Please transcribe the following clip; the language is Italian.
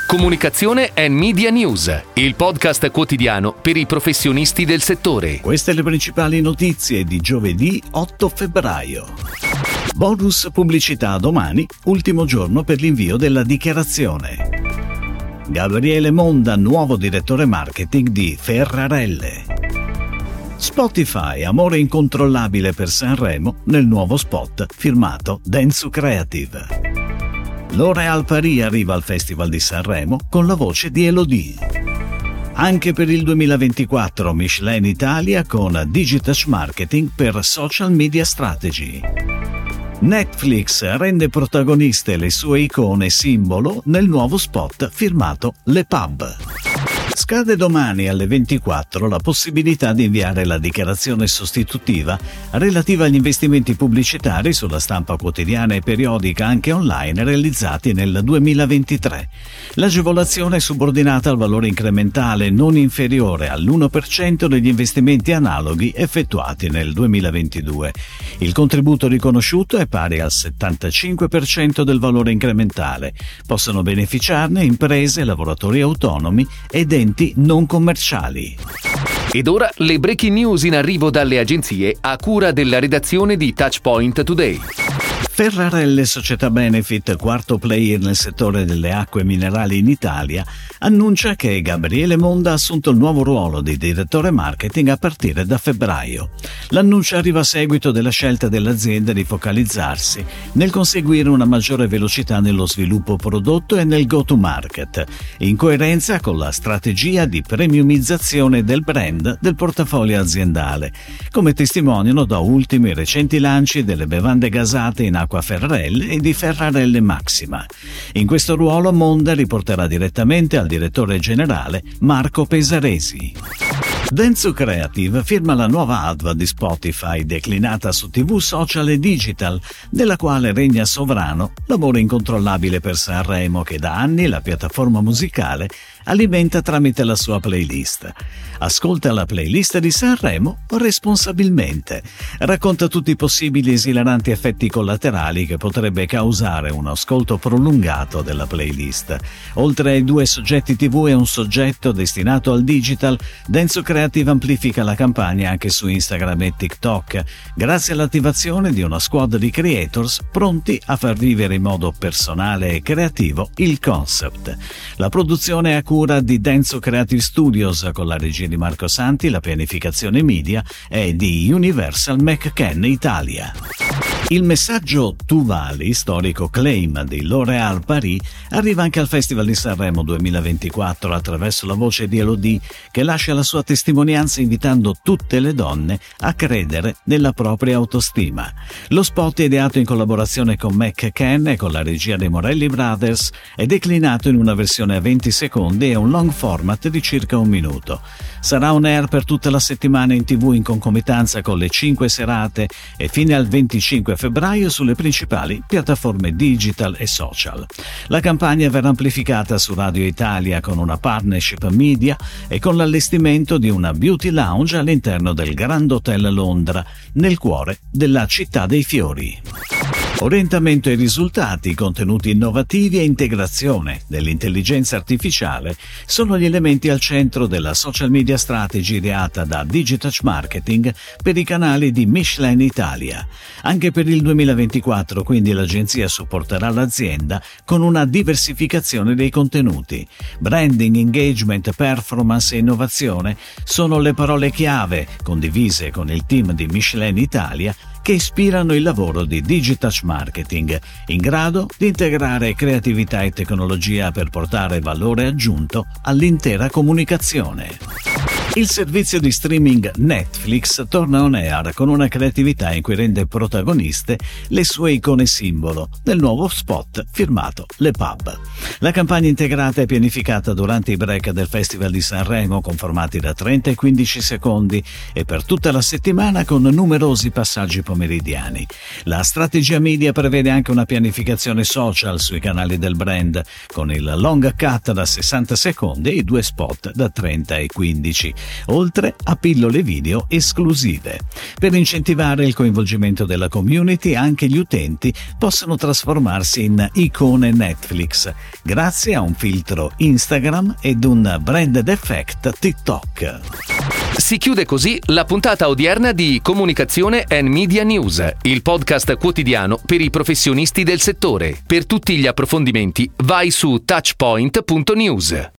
Comunicazione e Media News, il podcast quotidiano per i professionisti del settore. Queste le principali notizie di giovedì 8 febbraio. Bonus pubblicità domani, ultimo giorno per l'invio della dichiarazione. Gabriele Monda, nuovo direttore marketing di Ferrarelle. Spotify, amore incontrollabile per Sanremo nel nuovo spot firmato Dentsu Creative. L'Oréal Paris arriva al Festival di Sanremo con la voce di Elodie. Anche per il 2024 Michelin Italia con Digitouch Marketing per Social Media Strategy. Netflix rende protagoniste le sue icone simbolo nel nuovo spot firmato Le Pub. Scade domani alle 24 la possibilità di inviare la dichiarazione sostitutiva relativa agli investimenti pubblicitari sulla stampa quotidiana e periodica anche online realizzati nel 2023. L'agevolazione è subordinata al valore incrementale non inferiore all'1% degli investimenti analoghi effettuati nel 2022. Il contributo riconosciuto è pari al 75% del valore incrementale. Possono beneficiarne imprese, lavoratori autonomi ed enti non commerciali. Ed ora le breaking news in arrivo dalle agenzie a cura della redazione di Touchpoint Today. Ferrarelle Società Benefit, quarto player nel settore delle acque minerali in Italia, annuncia che Gabriele Monda ha assunto il nuovo ruolo di direttore marketing a partire da febbraio. L'annuncio arriva a seguito della scelta dell'azienda di focalizzarsi nel conseguire una maggiore velocità nello sviluppo prodotto e nel go-to-market, in coerenza con la strategia di premiumizzazione del brand del portafoglio aziendale, come testimoniano da ultimi recenti lanci delle bevande gasate in acqua Ferrarelle e di Ferrarelle Maxima. In questo ruolo Monda riporterà direttamente al direttore generale Marco Pesaresi. Dentsu Creative firma la nuova ADV di Spotify declinata su TV, social e digital, della quale regna sovrano l'amore incontrollabile per Sanremo che da anni la piattaforma musicale alimenta tramite la sua playlist. Ascolta la playlist di Sanremo responsabilmente. Racconta tutti i possibili esilaranti effetti collaterali che potrebbe causare un ascolto prolungato della playlist. Oltre ai 2 soggetti TV e un soggetto destinato al digital, Dentsu Creative amplifica la campagna anche su Instagram e TikTok, grazie all'attivazione di una squad di creators pronti a far vivere in modo personale e creativo il concept. La produzione è a cura di Dentsu Creative Studios con la regia di Marco Santi, la pianificazione media è di Universal McCann Italia. Il messaggio Tu vali, storico claim di L'Oréal Paris, arriva anche al Festival di Sanremo 2024 attraverso la voce di Elodie, che lascia la sua testimonianza invitando tutte le donne a credere nella propria autostima. Lo spot, ideato in collaborazione con McCann e con la regia dei Morelli Brothers, è declinato in una versione a 20 secondi e un long format di circa 1 minuto. Sarà on air per tutta la settimana in TV in concomitanza con le 5 serate e fino al 25 febbraio sulle principali piattaforme digital e social. La campagna verrà amplificata su Radio Italia con una partnership media e con l'allestimento di una beauty lounge all'interno del Grand Hotel Londra, nel cuore della Città dei Fiori. Orientamento ai risultati, contenuti innovativi e integrazione dell'intelligenza artificiale sono gli elementi al centro della social media strategy ideata da Digitouch Marketing per i canali di Michelin Italia. Anche per il 2024, quindi, l'agenzia supporterà l'azienda con una diversificazione dei contenuti. Branding, engagement, performance e innovazione sono le parole chiave condivise con il team di Michelin Italia che ispirano il lavoro di Digitouch Marketing, in grado di integrare creatività e tecnologia per portare valore aggiunto all'intera comunicazione. Il servizio di streaming Netflix torna on air con una creatività in cui rende protagoniste le sue icone simbolo nel nuovo spot firmato Le Pub. La campagna integrata è pianificata durante i break del Festival di Sanremo con formati da 30 e 15 secondi e per tutta la settimana con numerosi passaggi pomeridiani. La strategia media prevede anche una pianificazione social sui canali del brand con il long cut da 60 secondi e i 2 spot da 30 e 15. oltre a pillole video esclusive. Per incentivare il coinvolgimento della community, anche gli utenti possono trasformarsi in icone Netflix, grazie a un filtro Instagram ed un branded effect TikTok. Si chiude così la puntata odierna di Comunicazione and Media News, il podcast quotidiano per i professionisti del settore. Per tutti gli approfondimenti vai su touchpoint.news.